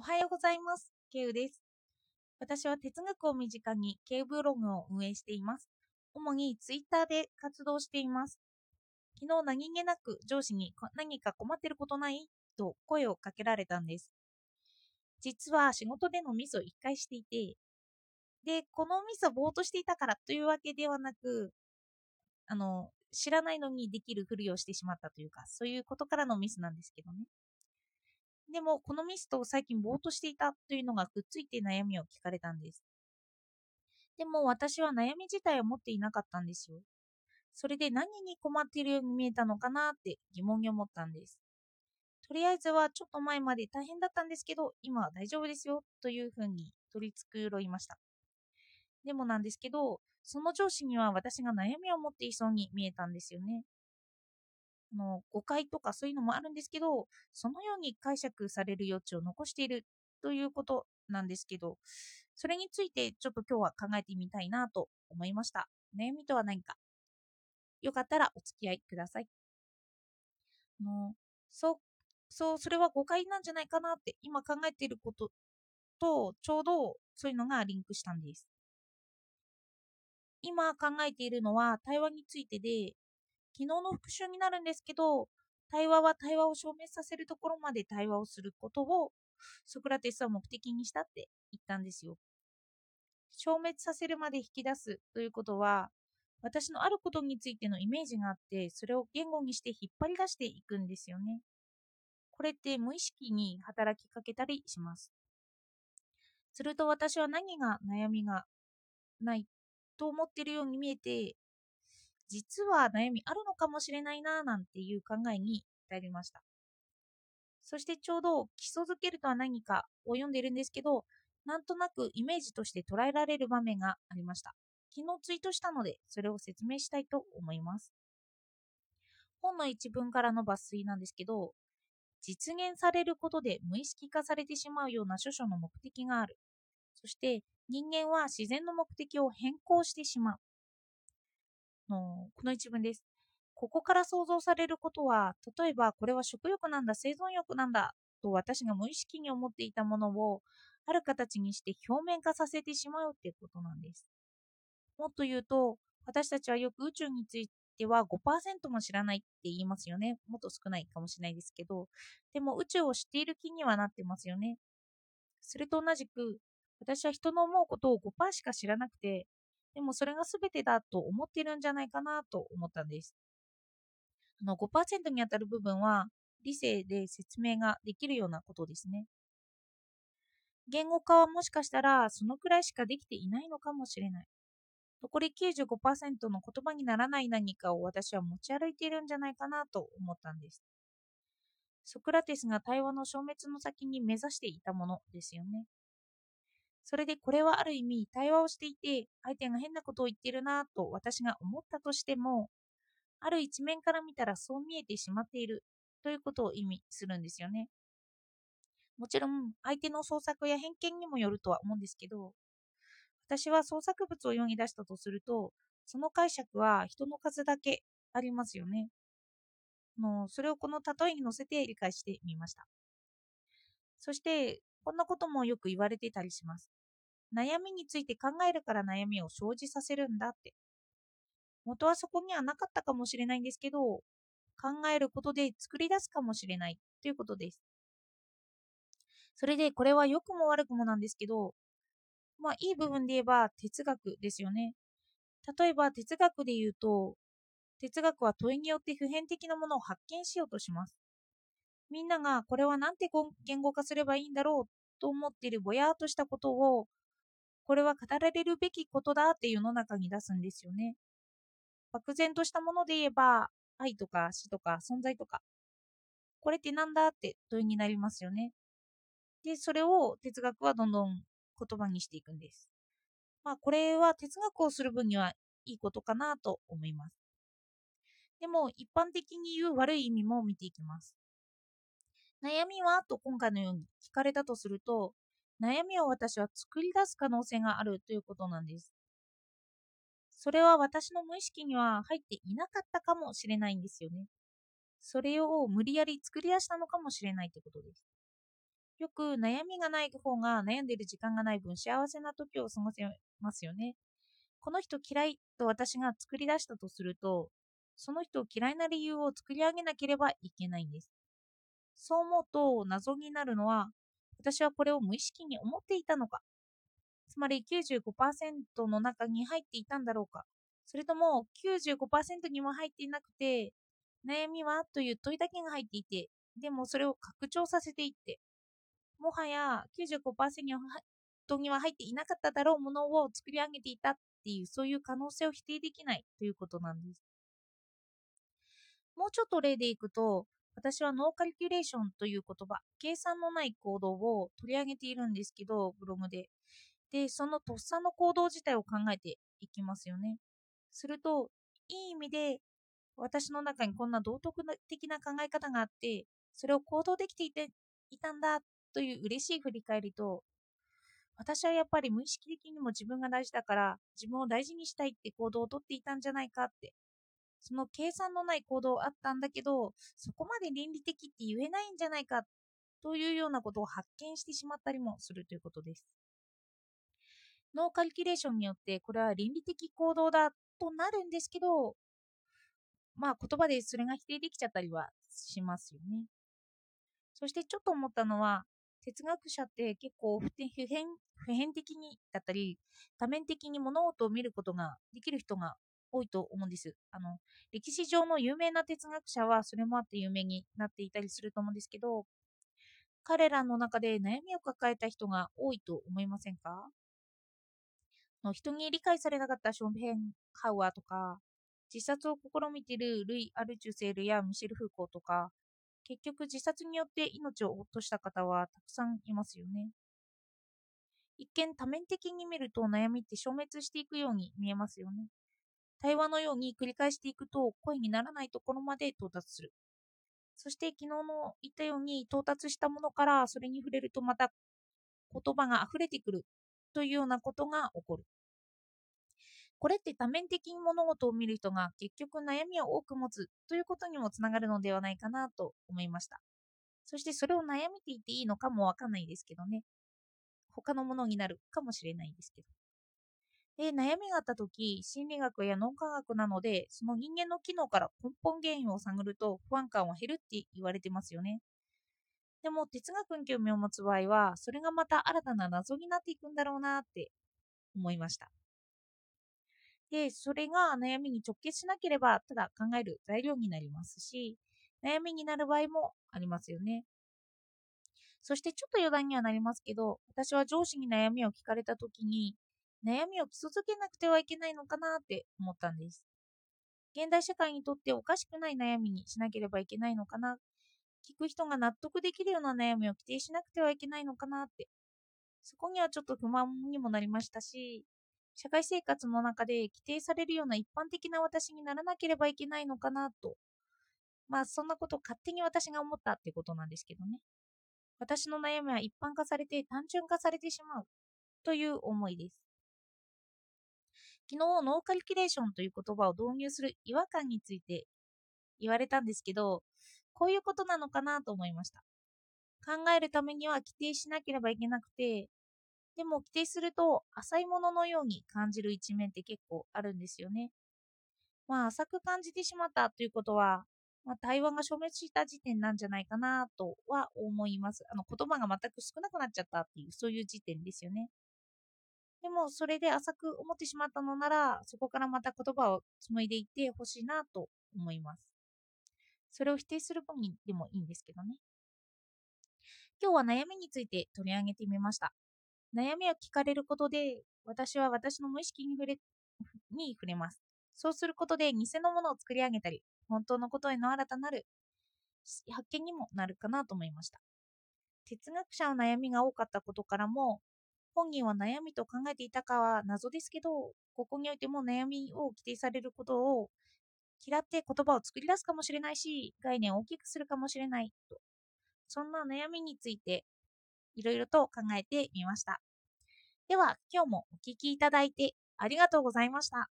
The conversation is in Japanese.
はようございます。ケウです。私は哲学を身近にケウブログを運営しています。主にツイッターで活動しています。昨日何気なく上司に何か困ってることないと声をかけられたんです。実は仕事でのミスを一回していて、で、このミスをぼーっとしていたからというわけではなく、知らないのにできるふりをしてしまったというか、そういうことからのミスなんですけどね。でも、このミスと最近ぼーっとしていたというのがくっついて悩みを聞かれたんです。でも私は悩み自体を持っていなかったんですよ。それで何に困っているように見えたのかなって疑問に思ったんです。とりあえずはちょっと前まで大変だったんですけど、今は大丈夫ですよというふうに取り繕いました。でもなんですけど、その上司には私が悩みを持っていそうに見えたんですよね。誤解とかそういうのもあるんですけど、そのように解釈される余地を残しているということなんですけど、それについてちょっと今日は考えてみたいなと思いました。悩みとは何か、よかったらお付き合いください。あのそう、それは誤解なんじゃないかなって今考えていることとちょうどそういうのがリンクしたんです。今考えているのは対話についてで、昨日の復習になるんですけど、対話は対話を消滅させるところまで対話をすることをソクラテスは目的にしたって言ったんですよ。消滅させるまで引き出すということは、私のあることについてのイメージがあって、それを言語にして引っ張り出していくんですよね。これって無意識に働きかけたりします。すると私は何が悩みがないと思っているように見えて、実は悩みあるのかもしれないななんていう考えに至りました。そしてちょうど基礎づけるとは何かを読んでいるんですけど、なんとなくイメージとして捉えられる場面がありました。昨日ツイートしたので、それを説明したいと思います。本の一文からの抜粋なんですけど、実現されることで無意識化されてしまうような諸々の目的がある。そして人間は自然の目的を変更してしまう。この一文です。ここから想像されることは、例えばこれは食欲なんだ、生存欲なんだと私が無意識に思っていたものをある形にして表面化させてしまうということなんです。もっと言うと、私たちはよく宇宙については5%も知らないって言いますよね。もっと少ないかもしれないですけど、でも宇宙を知っている気にはなってますよね。それと同じく、私は人の思うことを5%しか知らなくて、でもそれが全てだと思っているんじゃないかなと思ったんです。5%にあたる部分は理性で説明ができるようなことですね。言語化はもしかしたらそのくらいしかできていないのかもしれない。残り95%の言葉にならない何かを私は持ち歩いているんじゃないかなと思ったんです。ソクラテスが対話の消滅の先に目指していたものですよね。それでこれはある意味対話をしていて相手が変なことを言っているなと私が思ったとしても、ある一面から見たらそう見えてしまっているということを意味するんですよね。もちろん相手の創作や偏見にもよるとは思うんですけど、私は創作物を世に出したとすると、その解釈は人の数だけありますよね。それをこの例えに乗せて理解してみました。そして、こんなこともよく言われてたりします。悩みについて考えるから悩みを生じさせるんだって。元はそこにはなかったかもしれないんですけど、考えることで作り出すかもしれないということです。それでこれは良くも悪くもなんですけど、いい部分で言えば哲学ですよね。例えば哲学で言うと、哲学は問いによって普遍的なものを発見しようとします。みんながこれはなんて言語化すればいいんだろうと思っているぼやーっとしたことを、これは語られるべきことだって世の中に出すんですよね。漠然としたもので言えば、愛とか死とか存在とか、これってなんだって問いになりますよね。で、それを哲学はどんどん言葉にしていくんです。これは哲学をする分にはいいことかなと思います。でも、一般的に言う悪い意味も見ていきます。悩みはと今回のように聞かれたとすると、悩みを私は作り出す可能性があるということなんです。それは私の無意識には入っていなかったかもしれないんですよね。それを無理やり作り出したのかもしれないということです。 よく悩みがない方が悩んでいる時間がない分幸せな時を過ごせますよね。この人嫌いと私が作り出したとすると、その人を嫌いな理由を作り上げなければいけないんです。そう思うと謎になるのは、私はこれを無意識に思っていたのか、つまり95%の中に入っていたんだろうか、それとも95%にも入っていなくて、悩みはという問いだけが入っていて、でもそれを拡張させていって、もはや95%には入っていなかっただろうものを作り上げていたっていう、そういう可能性を否定できないということなんです。もうちょっと例でいくと、私はノーカリキュレーションという言葉、計算のない行動を取り上げているんですけど、ブログで。で、そのとっさの行動自体を考えていきますよね。すると、いい意味で私の中にこんな道徳的な考え方があって、それを行動できていたんだという嬉しい振り返りと、私はやっぱり無意識的にも自分が大事だから自分を大事にしたいって行動をとっていたんじゃないかって、その計算のない行動あったんだけど、そこまで倫理的って言えないんじゃないかというようなことを発見してしまったりもするということです。ノーカリキュレーションによってこれは倫理的行動だとなるんですけど、まあ言葉でそれが否定できちゃったりはしますよね。そしてちょっと思ったのは、哲学者って結構普遍的にだったり、多面的に物事を見ることができる人が多いと思うんです。歴史上の有名な哲学者はそれもあって有名になっていたりすると思うんですけど、彼らの中で悩みを抱えた人が多いと思いませんか？人に理解されなかったショーペンハウアーとか、自殺を試みているルイ・アルチュセールやミシェル・フーコーとか、結局自殺によって命を落とした方はたくさんいますよね。一見多面的に見ると悩みって消滅していくように見えますよね。対話のように繰り返していくと声にならないところまで到達する。そして昨日の言ったように到達したものからそれに触れるとまた言葉が溢れてくるというようなことが起こる。これって多面的に物事を見る人が結局悩みを多く持つということにもつながるのではないかなと思いました。そしてそれを悩みていていいのかもわかんないですけどね。他のものになるかもしれないんですけど。で、悩みがあった時、心理学や脳科学なので、その人間の機能から根本原因を探ると不安感は減るって言われてますよね。でも哲学に興味を持つ場合は、それがまた新たな謎になっていくんだろうなって思いました。で、それが悩みに直結しなければ、ただ考える材料になりますし、悩みになる場合もありますよね。そしてちょっと余談にはなりますけど、私は上司に悩みを聞かれた時に、悩みを続けなくてはいけないのかなって思ったんです。現代社会にとっておかしくない悩みにしなければいけないのかな、聞く人が納得できるような悩みを規定しなくてはいけないのかなって、そこにはちょっと不満にもなりましたし、社会生活の中で規定されるような一般的な私にならなければいけないのかなと、まあそんなことを勝手に私が思ったってことなんですけどね。私の悩みは一般化されて単純化されてしまうという思いです。昨日、ノーカリキュレーションという言葉を導入する違和感について言われたんですけど、こういうことなのかなと思いました。考えるためには規定しなければいけなくて、でも規定すると浅いもののように感じる一面って結構あるんですよね。まあ浅く感じてしまったということは、まあ、対話が消滅した時点なんじゃないかなとは思います。言葉が全く少なくなっちゃったっていう、そういう時点ですよね。でもそれで浅く思ってしまったのなら、そこからまた言葉を紡いでいってほしいなと思います。それを否定する分にでもいいんですけどね。今日は悩みについて取り上げてみました。悩みを聞かれることで、私は私の無意識に触れます。そうすることで偽のものを作り上げたり、本当のことへの新たなる発見にもなるかなと思いました。哲学者の悩みが多かったことからも、本人は悩みと考えていたかは謎ですけど、ここにおいても悩みを規定されることを嫌って言葉を作り出すかもしれないし、概念を大きくするかもしれないと、そんな悩みについていろいろと考えてみました。では、今日もお聞きいただいてありがとうございました。